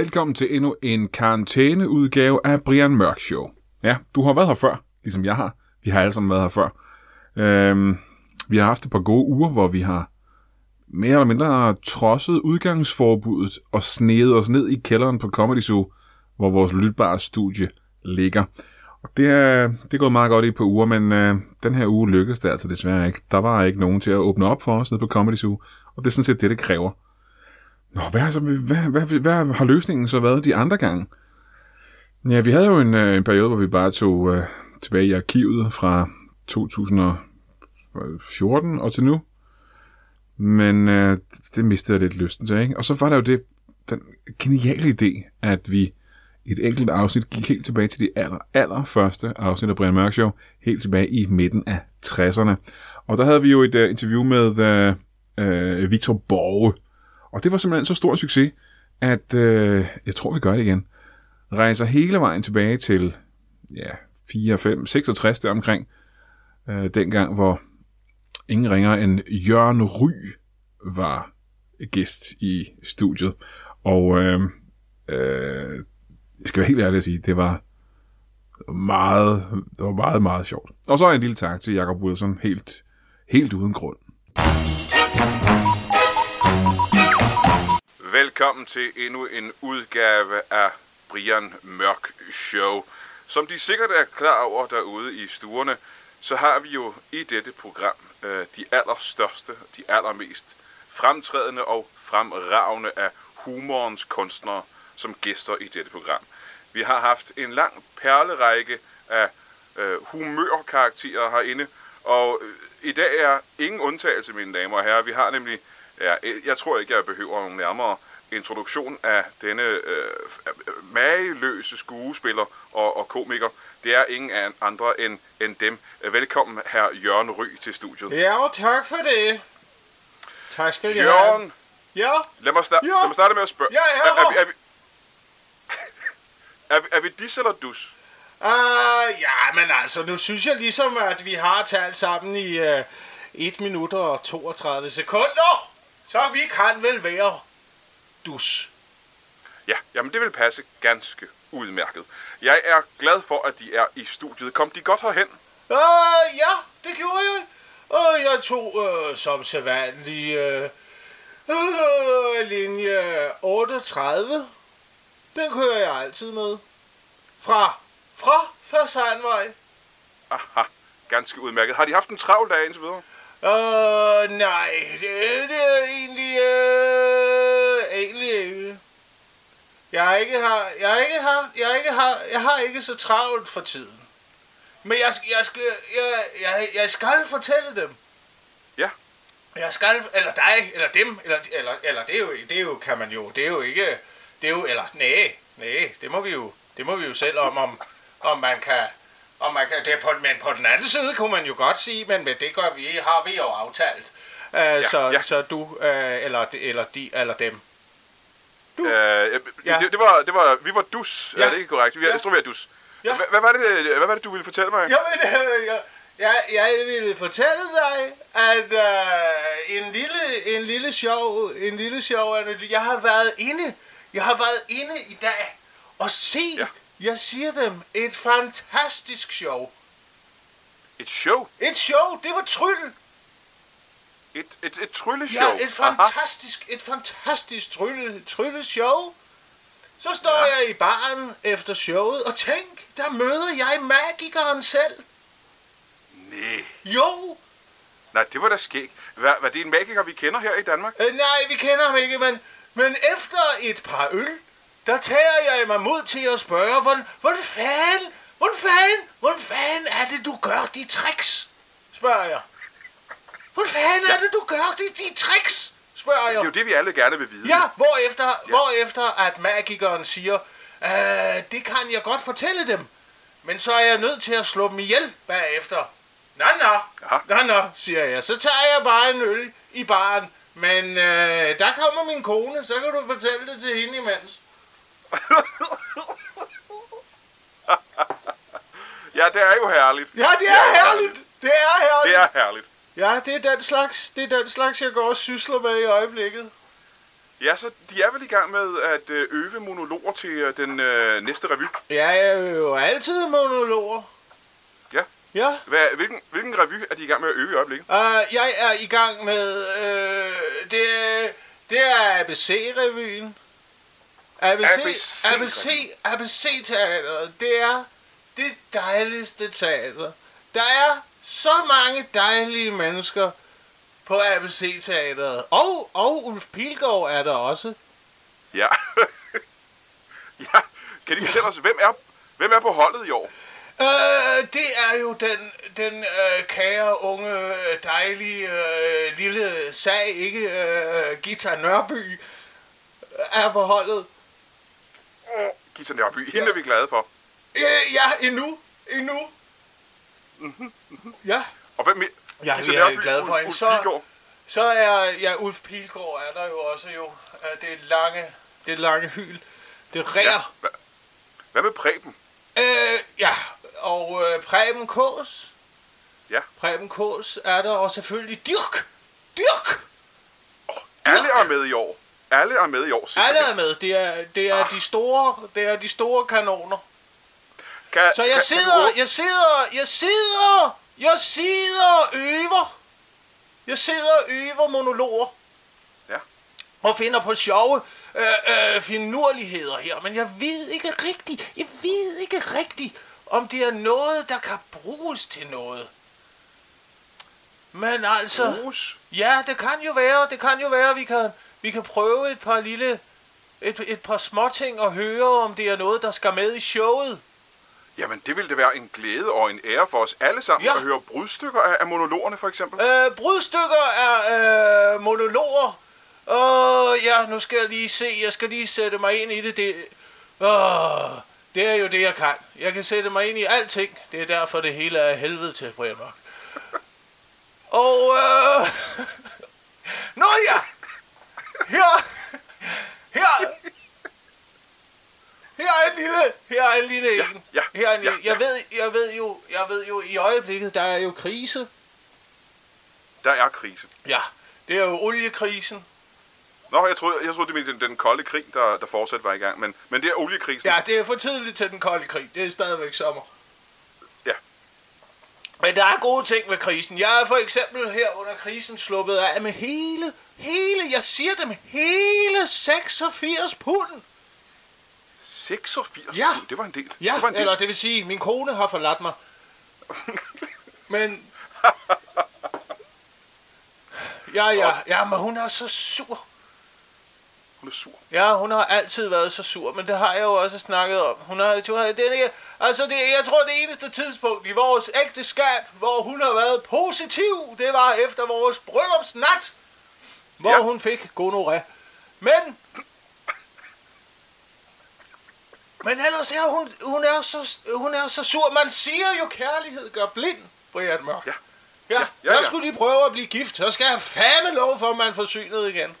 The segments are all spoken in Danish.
Velkommen til endnu en karantæneudgave af Brian Mørk Show. Ja, du har været her før, ligesom jeg har. Vi har alle sammen været her før. Vi har haft et par gode uger, hvor vi har mere eller mindre trodset udgangsforbuddet og sneget os ned i kælderen på Comedy Zoo, hvor vores lytbare studie ligger. Og det er gået meget godt i et par uger, men den her uge lykkedes det altså desværre ikke. Der var ikke nogen til at åbne op for os nede på Comedy Zoo, og det er sådan set det kræver. Nå, hvad har løsningen så været de andre gange? Ja, vi havde jo en periode, hvor vi bare tog tilbage i arkivet fra 2014 og til nu. Men det mistede jeg lidt lysten til, ikke? Og så var der jo den geniale idé, at vi i et enkelt afsnit gik helt tilbage til de allerførste afsnit af Brian Mørk Show, helt tilbage i midten af 60'erne. Og der havde vi jo et interview med Victor Borge. Og det var simpelthen så stor en succes, at jeg tror, vi gør det igen. Rejser hele vejen tilbage til 4, 5, 66 deromkring. Dengang, hvor ingen ringer end Jørgen Ry var gæst i studiet. Og jeg skal være helt ærlig at sige, det var meget, meget sjovt. Og så en lille tak til Jakob Wilson, helt uden grund. Velkommen til endnu en udgave af Brian Mørk Show. Som de sikkert er klar over derude i stuerne, så har vi jo i dette program de allerstørste, de allermest fremtrædende og fremragende af humorens kunstnere som gæster i dette program. Vi har haft en lang perlerække af humørkarakterer herinde, og i dag er ingen undtagelse, mine damer og herrer. Vi har nemlig, jeg tror ikke, jeg behøver nogen nærmere introduktion af denne mageløse skuespiller og komiker. Det er ingen andre end dem. Velkommen, herr Jørgen Ry, til studiet. Ja, og tak for det. Tak skal jeg Jørgen, have. Ja. lad mig starte med at spørge. Ja, er vi dis eller dus? Ja, men altså, nu synes jeg ligesom, at vi har talt sammen i 1 minut og 32 sekunder. Så vi kan vel være dus. Ja, jamen det vil passe ganske udmærket. Jeg er glad for, at de er i studiet. Kom de godt herhen? Ja, det gjorde jeg. Og jeg tog som sædvanlig linje 38. Den kører jeg altid med. Fra Fasanvej. Aha, ganske udmærket. Har de haft en travl dag indtil videre? Nej, det er egentlig ikke. Jeg har ikke så travlt for tiden. Men jeg skal fortælle dem. Ja. Jeg skal, eller dig, eller dem, eller det er jo, kan man jo, det er jo ikke, det er jo, eller nej, det må vi jo selv om man kan, det men på den anden side kunne man jo godt sige, men det har vi jo aftalt. Så du, eller de, eller dem. Du? Det var, vi var dus, er det ikke korrekt? Jeg tror, vi er dus. Ja. Hvad var det, du ville fortælle mig? Jeg ville fortælle dig, at en lille sjov, jeg har været inde i dag og set, jeg siger dem, et fantastisk show. Et show? Et show, det var trylle. Et trylleshow? Ja, et fantastisk trylleshow. Så står jeg i baren efter showet, og tænk, der møder jeg magikeren selv. Nej. Jo. Nej, det var da skægt. Var det en magiker, vi kender her i Danmark? Nej, vi kender ham ikke, men efter et par øl, der tager jeg mig mod til at spørge, hvordan fanden er det, du gør de tricks? Spørger jeg. Hvordan fanden er det, du gør de tricks? Spørger jeg. Det er jo det, vi alle gerne vil vide. Ja, hvorefter at magikeren siger, det kan jeg godt fortælle dem, men så er jeg nødt til at slå dem ihjel bagefter. Nå, siger jeg. Så tager jeg bare en øl i baren, men der kommer min kone, så kan du fortælle det til hende imens. Ja, det er jo herligt. Ja, det er herligt. Det er herligt. Ja, det er den slags, jeg går og sysler med i øjeblikket. Ja, så de er vel i gang med at øve monologer til den næste revy. Ja, jeg er jo altid monologer. Ja. Ja. Hvilken revy er de i gang med at øve i øjeblikket? Jeg er i gang med... det er ABC-revyen. ABC-teateret, det er det dejligste teater. Der er så mange dejlige mennesker på ABC-teateret. Og Ulf Pilgaard er der også. Ja. Ja, kan de fortælle os, hvem er på holdet i år? Det er jo den kære, unge, dejlige, lille sag, ikke? Gita Nørby er på holdet. Gita Nørby, hende er vi glade for. Ja, endnu. Ja. Og hvem Ja, Gita vi er Nørby, glade for hende. Ulf Pilgaard? Så er Ulf Pilgaard er der jo også jo. Det lange hyl. Det rær. Ja. Hvad med Preben? Ja, og Preben Kås. Ja. Preben Kås er der, og selvfølgelig Dirk. Alle er med i år. Alle er med i år. Alle er med. Det er de store kanoner. Så jeg sidder og øver. Jeg sidder og øver monologer. Ja. Og finder på sjove finurligheder her, men jeg ved ikke rigtigt, om det er noget, der kan bruges til noget. Men altså... Bruges? Ja, det kan jo være, vi kan prøve et par småting og høre, om det er noget, der skal med i showet. Jamen, det ville det være en glæde og en ære for os alle sammen at høre brudstykker af monologerne, for eksempel. Brudstykker af monologer. Ja, nu skal jeg lige se. Jeg skal lige sætte mig ind i det. Det er jo det, jeg kan. Jeg kan sætte mig ind i alting. Det er derfor, det hele er helvede til, Brian Mørk. Og, nå ja! Her er en lille en. Jeg ved jo, i øjeblikket, der er jo krise. Der er krise. Ja, det er jo oliekrisen. Nå, jeg troede det var den kolde krig, der fortsat var i gang, men det er oliekrisen. Ja, det er for tidligt til den kolde krig. Det er stadigvæk sommer. Ja. Men der er gode ting med krisen. Jeg er for eksempel her under krisen sluppet af med hele, hele 86 pund. 86 ja. pund, det var en del. Ja, det var en del. Eller det vil sige, min kone har forladt mig. Men... Ja, men hun er så sur. Hun er sur. Ja, hun har altid været så sur, men det har jeg jo også snakket om. Jeg tror det eneste tidspunkt i vores ægteskab, hvor hun har været positiv, det var efter vores bryllupsnat, hvor hun fik gonorré. Men ellers er hun er så sur. Man siger jo, kærlighed gør blind, Brian Mørk. Ja. Jeg skulle lige prøve at blive gift, så skal jeg fandme lov for, at man får synet igen.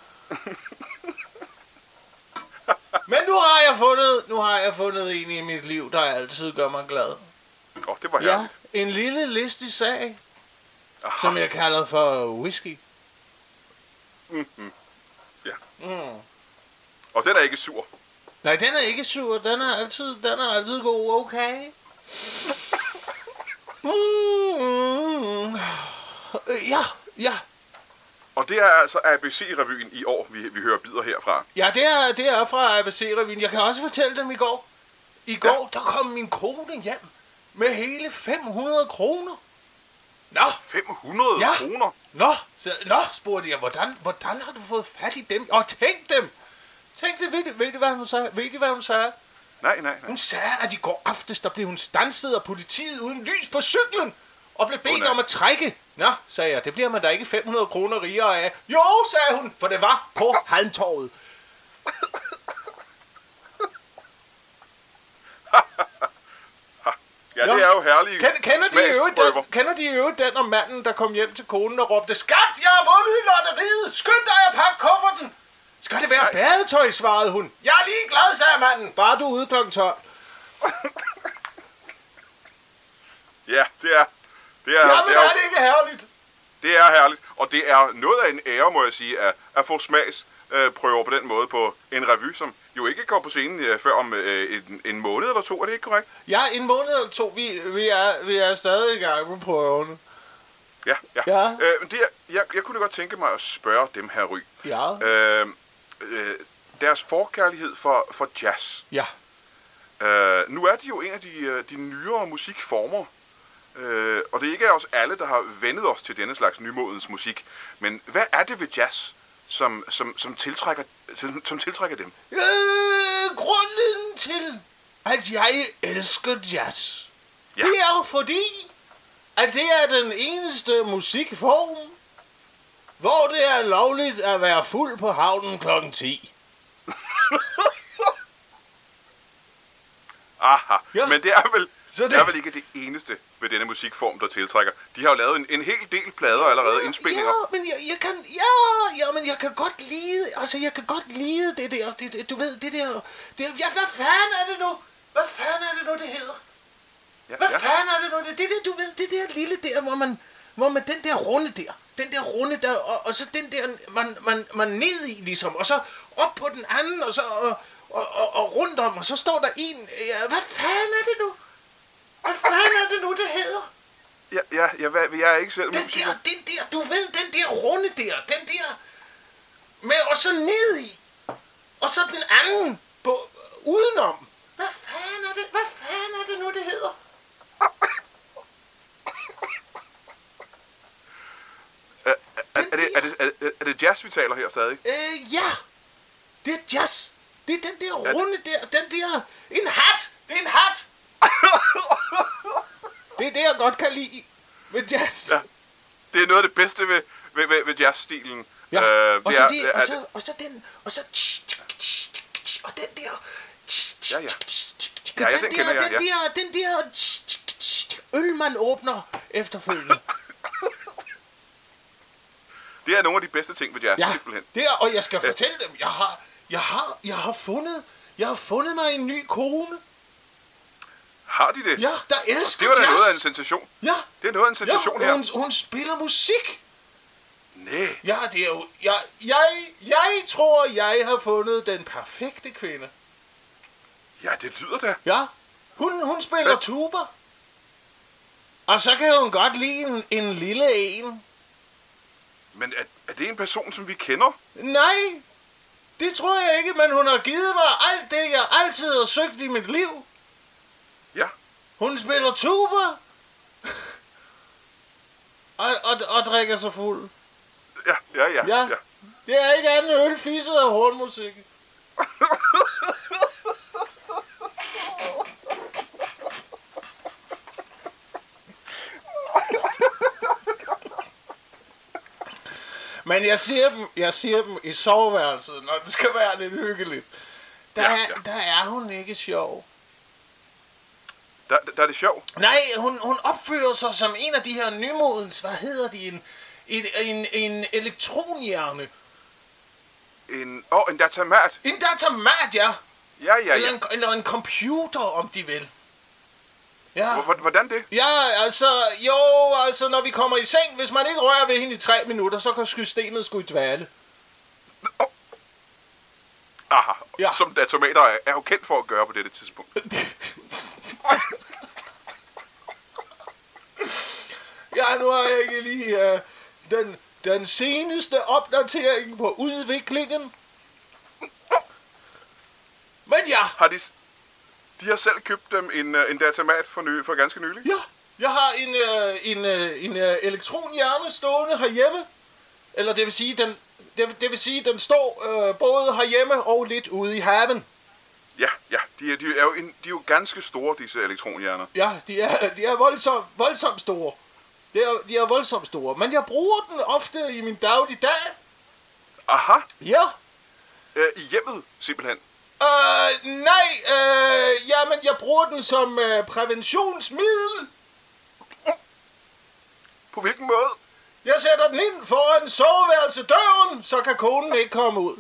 Men nu har jeg fundet en i mit liv, der altid gør mig glad. Det var herligt. Ja, en lille listig sag, som jeg kalder for whisky. Ja. Og den er ikke sur. Nej, den er ikke sur. Den er altid god, okay? Ja. Og det er altså ABC-revyen i år, vi hører bidder herfra. Ja, det er fra ABC-revyen. Jeg kan også fortælle dem i går. I går, der kom min kone hjem med hele 500 kroner. Nå. 500 kroner? Nå, spurgte jeg, hvordan har du fået fat i dem? Og tænk dem! Ved du, hvad hun sagde? Nej. Hun sagde, at i går aftes, der blev hun standset af politiet uden lys på cyklen, og blev bedt om at trække. Nå, sagde jeg, det bliver man da ikke 500 kroner rigere af. Jo, sagde hun, for det var på Halmtorvet. Ja, det er jo herlige Kender de i øvrigt den om manden, der kom hjem til konen og råbte, skat, jeg har vundet i lotteriet, skynd dig at pakke kufferten. Skal det være badetøj, svarede hun. Jeg er lige glad, sagde manden. Bare du er ude kl. 12. Ja, det er det ikke herligt? Det er herligt, og det er noget af en ære, må jeg sige, at få prøver på den måde på en revy, som jo ikke går på scenen før om en måned eller to. Er det ikke korrekt? Ja, en måned eller to. Vi er stadig i gang med prøverne. Ja. Ja. Jeg kunne godt tænke mig at spørge dem her, Ry. Ja. Deres forkærlighed for jazz. Ja. Nu er de jo en af de nyere musikformer. Og det er ikke os alle, der har vendet os til denne slags nymodens musik. Men hvad er det ved jazz, som tiltrækker dem? Grunden til, at jeg elsker jazz, Ja. det er fordi, at det er den eneste musikform, hvor det er lovligt at være fuld på havnen klokken 10. Aha, Ja. men det er vel... Så Det er vel ikke det eneste ved denne musikform, der tiltrækker. De har jo lavet en hel del plader allerede, indspilninger. Ja, men men jeg kan godt lide, altså jeg kan godt lide det der, du ved, det der, hvad fanden er det nu? Hvad fanden er det nu, det hedder? Hvad fanden er det nu? Det der, du ved, det der lille der, hvor man den der runde der, og så den der, man ned i ligesom, og så op på den anden, og så, og rundt om, og så står der en, hvad fanden er det nu? Hvad fanden er det nu, det hedder? Jeg er ikke selv musiker. Den der, du ved, den der runde der, den der, med og så ned i, og så den anden på, udenom. Hvad fanden er det nu, det hedder? Er det jazz, vi taler her stadig? Ja, det er jazz. Det er den der runde der, den der, en hat, det er en hat. Det er det, jeg godt kan lide ved jazz. Ja. Det er noget af det bedste ved jazzstilen. Ja, og så den der, den der øl, man åbner efterfølgende. Det er nogle af de bedste ting ved jazz, simpelthen. Det er, og jeg skal fortælle dem, jeg har fundet mig en ny kone. Har de det? Ja, der elsker det var da jazz. noget af en sensation. Ja. Det er noget af en sensation her. Hun spiller musik. Nej. Ja, det er jo... Jeg tror, jeg har fundet den perfekte kvinde. Ja, det lyder da. Ja, hun spiller tuba. Og så kan hun godt lide en lille en. Men er det en person, som vi kender? Nej, det tror jeg ikke, men hun har givet mig alt det, jeg altid har søgt i mit liv. Ja. Hun spiller tuba. og drikker sig fuld. Ja. Det er ikke andet øl, fisse og hornmusik. Men jeg siger dem i soveværelset, når det skal være lidt hyggeligt. Der er hun ikke sjov. Der er det sjov. Nej, hun opfører sig som en af de her nymodens, hvad hedder de, en elektronhjerne. En datamat. En datamat, ja. Ja. Eller en computer, om de vil. Ja. Hvordan det? Ja, altså, når vi kommer i seng, hvis man ikke rører ved hende i 3 minutter, så kan systemet sgu i dvale. Aha, Ja. Som datomater er jo kendt for at gøre på dette tidspunkt. Ja, nu har jeg ikke lige den seneste opdatering på udviklingen. Men ja. De har selv købt dem en datamat for ganske nylig? Ja, jeg har en elektronhjerne stående herhjemme. Eller det vil sige, den står både herhjemme og lidt ude i haven. Ja, de er jo ganske store, disse elektronhjerner. Ja, de er voldsomt store. De er voldsomt store, men jeg bruger den ofte i min dagligdag. Aha. Ja. I hjemmet, simpelthen. Nej, men jeg bruger den som præventionsmiddel. På hvilken måde? Jeg sætter den ind foran soveværelsedøren, så kan konen ikke komme ud.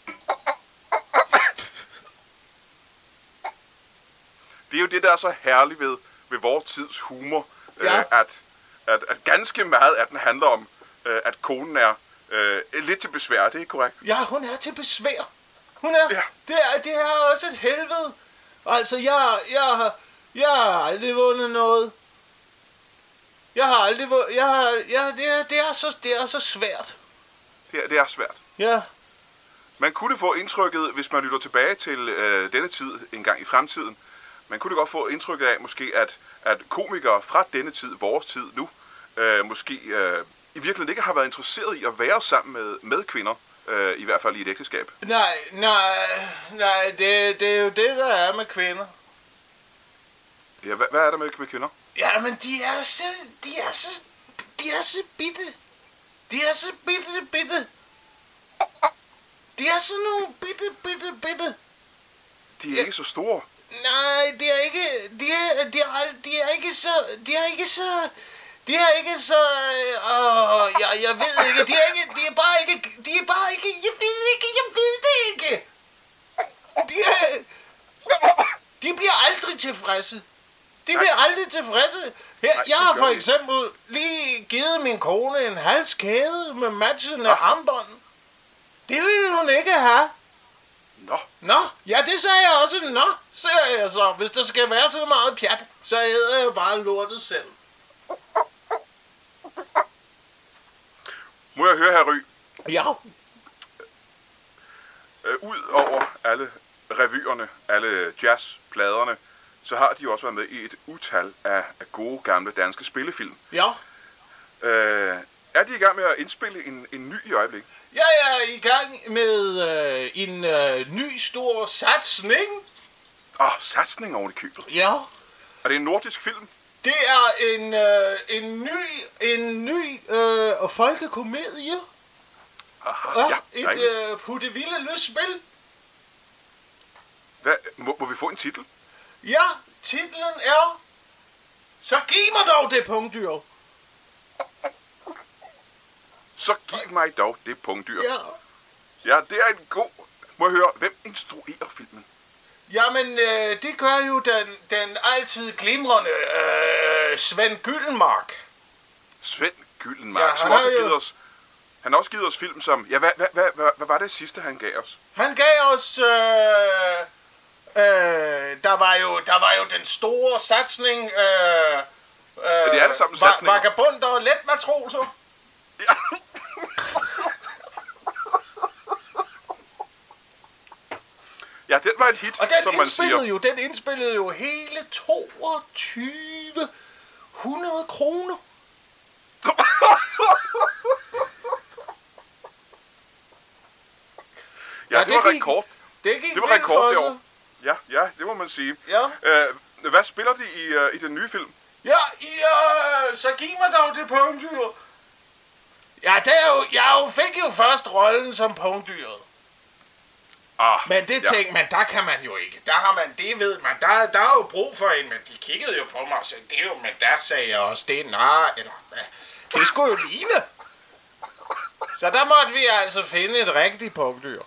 Det er jo det, der er så herligt ved vores tids humor, Ja. at ganske meget af den handler om, at konen er Lidt til besvær, det er ikke korrekt? Ja, hun er til besvær. Hun er... Ja. Det er også et helvede. Altså, jeg har aldrig vundet noget. Jeg har aldrig vundet... Det er så svært. Det er svært. Ja. Man kunne få indtrykket, hvis man lytter tilbage til denne tid en gang i fremtiden, man kunne godt få indtrykket af måske, at komikere fra denne tid, vores tid nu, måske i virkeligheden ikke har været interesseret i at være sammen med kvinder, i hvert fald i et ægteskab. Nej, det er jo det, der er med kvinder. Ja, hvad er der med kvinder? Ja, men de er så bitte. De er så bitte. De er sådan nogle bitte. De er ikke så store. Nej, de er ikke så... Jeg ved ikke, de er bare ikke, jeg ved det ikke. De bliver aldrig tilfredse. Jeg har for eksempel lige givet min kone en halskæde med matchende armbånd. Det ville hun ikke have. Nå, ja, det sagde jeg også. Sagde jeg så. Hvis der skal være så meget pjat, så æder jeg bare lortet selv. Må jeg høre, hr. Ry? Ja. Ud over alle revyerne, alle jazzpladerne, så har de også været med i et utal af gode gamle danske spillefilm. Ja. Er de i gang med at indspille en ny i øjeblikket? Jeg er i gang med en ny stor satsning. Satsning oven i købet. Ja. Er det en nordisk film? Det er en ny folkekomedie. Aha, ja. Et puttevilde lystspil. Må vi få en titel? Ja, titlen er... Så giv mig dog det punktdyr. Så giv mig dog det punktdyr. Ja. Ja, det er en god... Må jeg høre, hvem instruerer filmen? Jamen, det gør jo den altid glimrende Svend Gyllenmark. Svend Gyllenmark, som også har givet os... Han har også givet os film som... Ja, hvad var det sidste, han gav os? Han gav os... Der var jo den store satsning... det er alle sammen satsninger. Vagabunder og letmatroser. Ja. Ja, den var et hit, og som man siger. Den indspillede jo hele 2200 kroner. Ja, det var rekord. Det var rekord det år. Ja, det må man sige. Ja. Hvad spiller de i den nye film? Ja, så giv mig dog det punktdyr. Ja, jeg fik jo først rollen som punktdyret. Men det tænkte man, der kan man jo ikke. Der har man, det ved man, der er jo brug for en, men de kiggede jo på mig og sagde, det er jo, men der sagde jeg også, det er eller hvad? Det skulle jo ligne. Så der måtte vi altså finde et rigtigt punktdyr.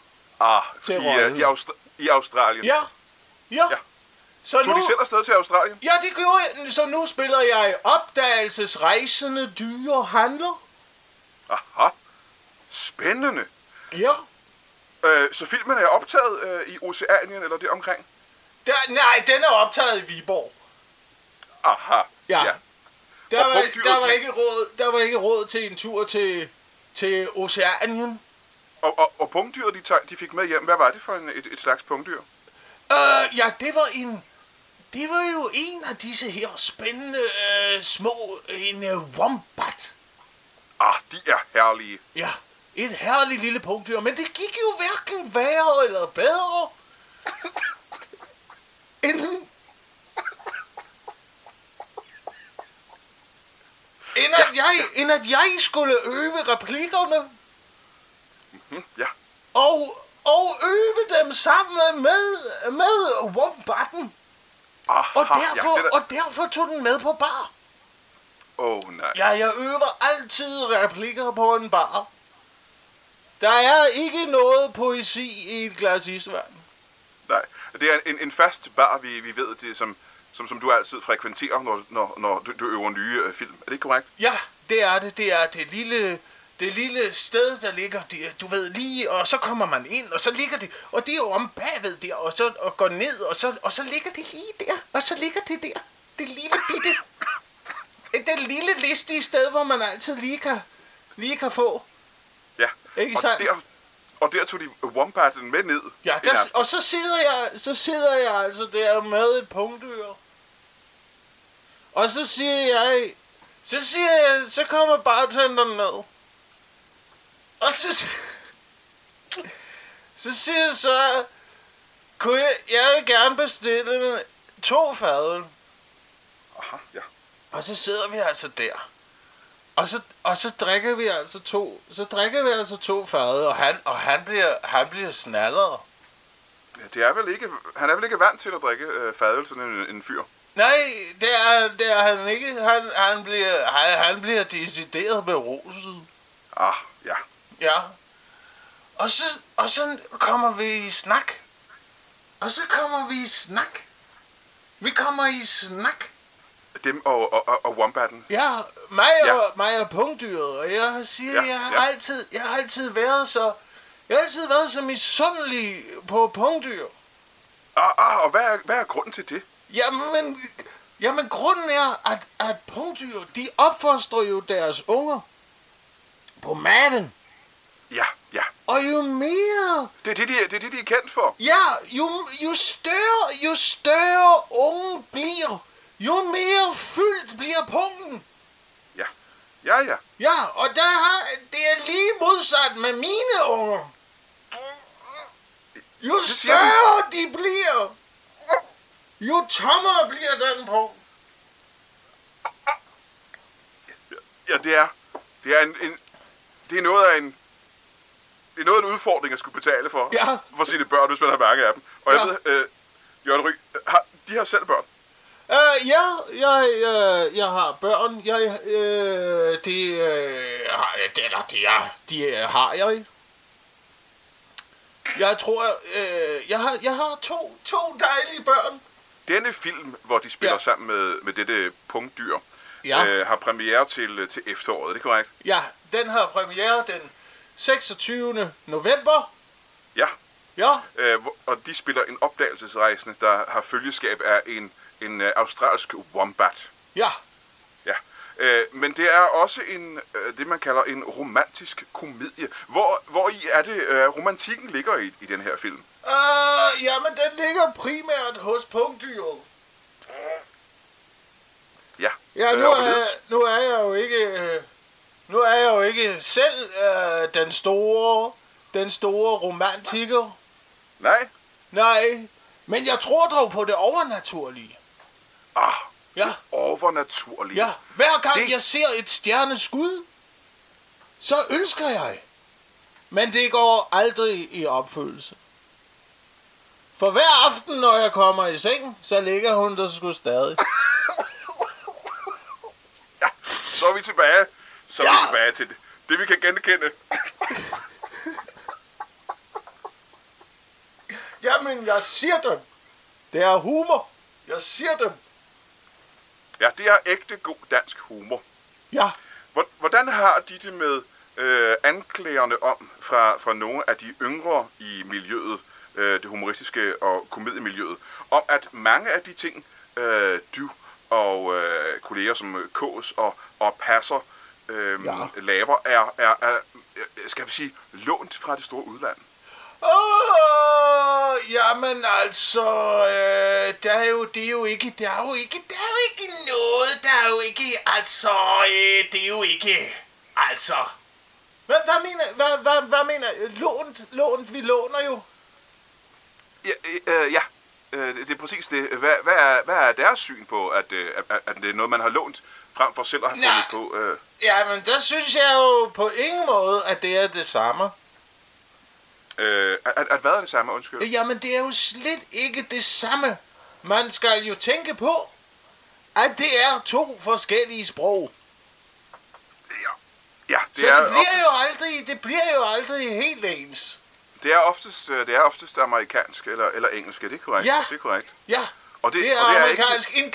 I Australien. Ja. Så tog de selv afsted til Australien? Ja, det gjorde jeg. Så nu spiller jeg opdagelsesrejsende dyrehandler. Aha. Spændende. Ja. Så filmen er optaget i Oceanien eller det omkring? Nej, den er optaget i Viborg. Aha. Ja. Der var ikke råd til en tur til Oceanien. Og punktdyret, de fik med hjem, hvad var det for et slags punktdyr? Ja, det var jo en af disse her spændende en wombat. De er herlige. Ja, et herligt lille punktdyr, men det gik jo hverken værre eller bedre. End at jeg skulle øve replikkerne. Ja. Og øve dem sammen med wombatten. Og derfor tog den med på bar. Nej. Ja, jeg øver altid replikker på en bar. Der er ikke noget poesi i et glas isvand. Nej, det er en fast bar, vi ved, det som du altid frekventerer, når du øver nye film. Er det ikke korrekt? Ja, det er det. Det det lille sted, der ligger, du ved, lige, og så kommer man ind, og så ligger det, og det er jo om bagved der, og går ned, og så ligger det lige der, og så ligger det der, det lille bitte, det lille listige sted, hvor man altid lige kan få. Ja, Ikke sandt? og der tog de Wombatten med ned. Ja, og så sidder jeg altså der med et pungdyr. Og så siger jeg, så kommer bartenderen ned. Og så siger jeg så, jeg vil gerne bestille 2 fadøl. Aha, ja. Og så sidder vi altså der. Og så drikker vi altså 2 fadøl, og han bliver snallet. Ja, han er vel ikke vant til at drikke fadøl, sådan en fyr. Nej, det er han ikke. Han bliver decideret beruset. Ah, ja. Ja. Og så kommer vi i snak. Vi kommer i snak. Dem og Wombatten. Ja, mig og pungdyret. Og jeg siger, jeg har altid været så misundelig på pungdyr. Og hvad er grunden til det? Jamen grunden er, at pungdyr, de opfostrer jo deres unger på maden. Ja. Og jo mere... Det er det, de er kendt for. Ja, jo større ungen bliver, jo mere fyldt bliver pungen. Ja. Ja, og det er lige modsat med mine unger. Jo større de bliver, jo tommere bliver den pung. Ja, det er noget af en udfordring at skulle betale for sine børn, hvis man har mange af dem. Og jeg ved, Jørgen Ryg, de har selv børn. Jeg har børn. De har jeg. Jeg tror, jeg har to dejlige børn. Denne film, hvor de spiller sammen med dette pungdyr, har premiere til efteråret, er det korrekt? Ja, den har premiere den 26. november. Ja. Ja. Og de spiller en opdagelsesrejsende, der har følgeskab af en australsk wombat. Ja. Ja. Men det er også det man kalder en romantisk komedie. Hvor i er det romantikken ligger i den her film? Jamen den ligger primært hos pungdyret. Ja. Ja, nu er jeg jo ikke selv den store romantiker. Nej, men jeg tror dog på det overnaturlige. Det overnaturlige. Ja, hver gang jeg ser et stjerneskud, så ønsker jeg. Men det går aldrig i opfyldelse. For hver aften, når jeg kommer i seng, så ligger hun der sgu stadig. Ja, så er vi tilbage. Så er vi tilbage til det, vi kan genkende. Jamen, jeg siger dem. Det er humor. Jeg siger dem. Ja, det er ægte god dansk humor. Ja. Hvordan har de det med anklagerne om fra nogle af de yngre i miljøet, det humoristiske og komediemiljøet, om at mange af de ting, du og kolleger som Kås og Passer laver, er, skal vi sige, lånt fra det store udland? Jamen altså, det er jo ikke noget, Hvad mener, lånt, vi låner jo. Ja, det er præcis det. Hvad er deres syn på, at det er noget, man har lånt, frem for selv at have fundet på? Jamen, der synes jeg jo på ingen måde, at det er det samme. At hvad er det samme, undskyld? Jamen, det er jo slet ikke det samme. Man skal jo tænke på, at det er 2 forskellige sprog. Ja, det bliver jo aldrig helt ens. Det er oftest amerikansk eller engelsk, er det korrekt? Ja. Det er korrekt. Ja, og det er amerikansk. Ikke...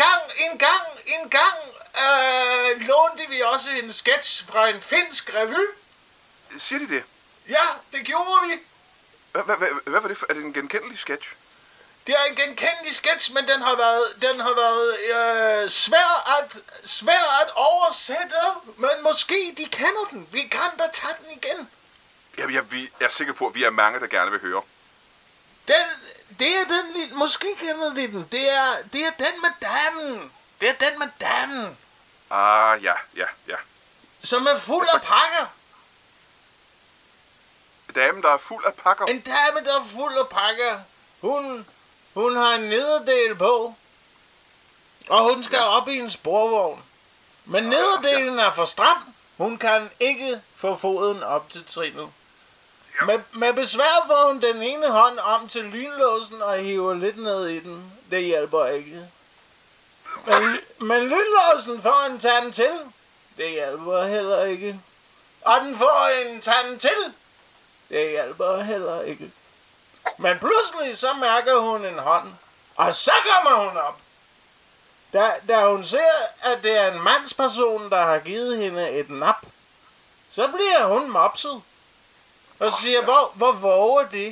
En gang lånte vi også en sketch fra en finsk revy. Siger de det? Ja, det gjorde vi. Hvad var det for? Er det en genkendelig sketch? Det er en genkendelig sketch, men den har været svær at oversætte. Men måske de kender den. Vi kan da tage den igen. Jamen, vi er sikre på, at vi er mange, der gerne vil høre. Det er den, måske kender de den. Det er den med damen. Det er den med damen. Ah, ja. Som er fuld af pakker. Damen, der er fuld af pakker. En dame, der er fuld af pakker. Hun har en nederdel på. Og hun skal op i en sporvogn. Men nederdelen er for stram. Hun kan ikke få foden op til trinet. Ja. Med besvær får hun den ene hånd om til lynlåsen og hiver lidt ned i den. Det hjælper ikke. Men lynlåsen får en tand til. Det hjælper heller ikke. Og den får en tand til. Det hjælper heller ikke. Men pludselig så mærker hun en hånd. Og så kommer hun op. Da hun ser, at det er en mandsperson, der har givet hende et nap, så bliver hun mopset. Og siger, hvor våger det?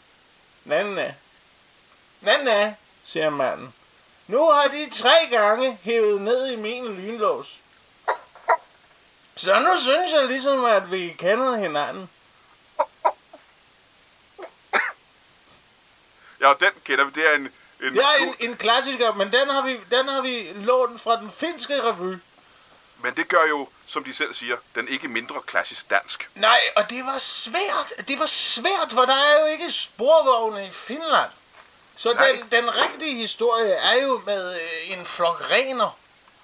Nanna, siger manden. Nu har de 3 gange hævet ned i min lynlås. Så nu synes jeg ligesom, at vi kender hinanden. Ja, den kender vi. Det er en klassiker, men den har vi lånt fra den finske revy. Men det gør jo, som de selv siger, den ikke mindre klassisk dansk. Nej, og det var svært. Det var svært, for der er jo ikke sporvogne i Finland. Så den rigtige historie er jo med en flok rener.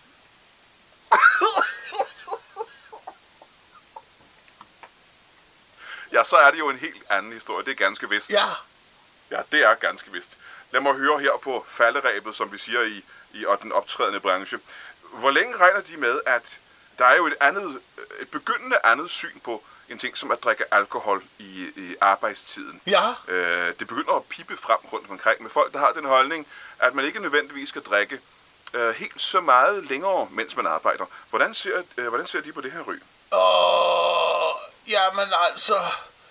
Ja, så er det jo en helt anden historie. Det er ganske vist. Ja. Ja, det er ganske vist. Lad mig høre her på falderæbet, som vi siger i den optrædende branche. Hvor længe regner de med, at der er jo et begyndende andet syn på en ting, som at drikke alkohol i arbejdstiden? Ja. Det begynder at pippe frem rundt omkring med folk, der har den holdning, at man ikke nødvendigvis skal drikke helt så meget længere, mens man arbejder. Hvordan ser de på det her, Ry? Jamen altså...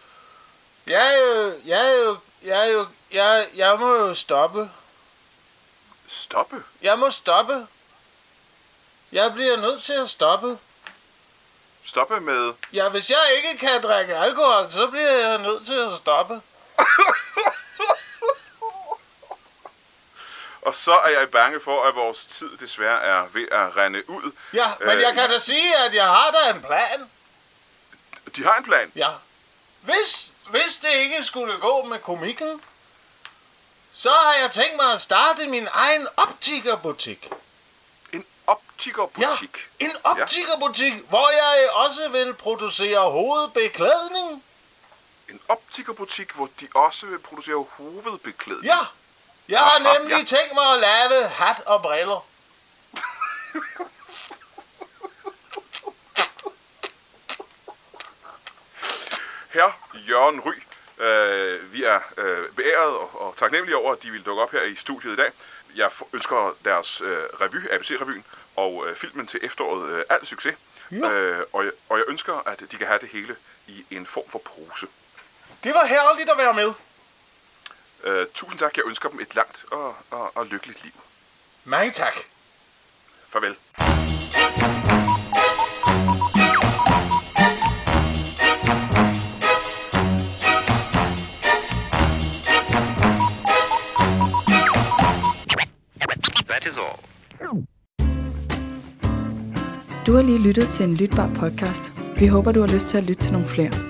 Jeg må jo stoppe. Stoppe? Jeg må stoppe. Jeg bliver nødt til at stoppe. Stoppe med? Ja, hvis jeg ikke kan drikke alkohol, så bliver jeg nødt til at stoppe. Og så er jeg bange for, at vores tid desværre er ved at rende ud. Ja, men jeg kan da sige, at jeg har da en plan. De har en plan? Ja. Hvis det ikke skulle gå med komikken, så har jeg tænkt mig at starte min egen optikerbutik. En optikerbutik? Ja, en optikerbutik, hvor jeg også vil producere hovedbeklædning. En optikerbutik, hvor de også vil producere hovedbeklædning? Ja, jeg har nemlig tænkt mig at lave hat og briller. Herre Jørgen Ry, vi er beæret og taknemmelige over, at de vil dukke op her i studiet i dag. Jeg ønsker deres revy, ABC-revyen, og filmen til efteråret al succes. Ja. Og jeg ønsker, at de kan have det hele i en form for pose. Det var herligt at være med. Tusind tak. Jeg ønsker dem et langt og lykkeligt liv. Mange tak. Farvel. Du har lige lyttet til en lytbar podcast. Vi håber, du har lyst til at lytte til nogle flere.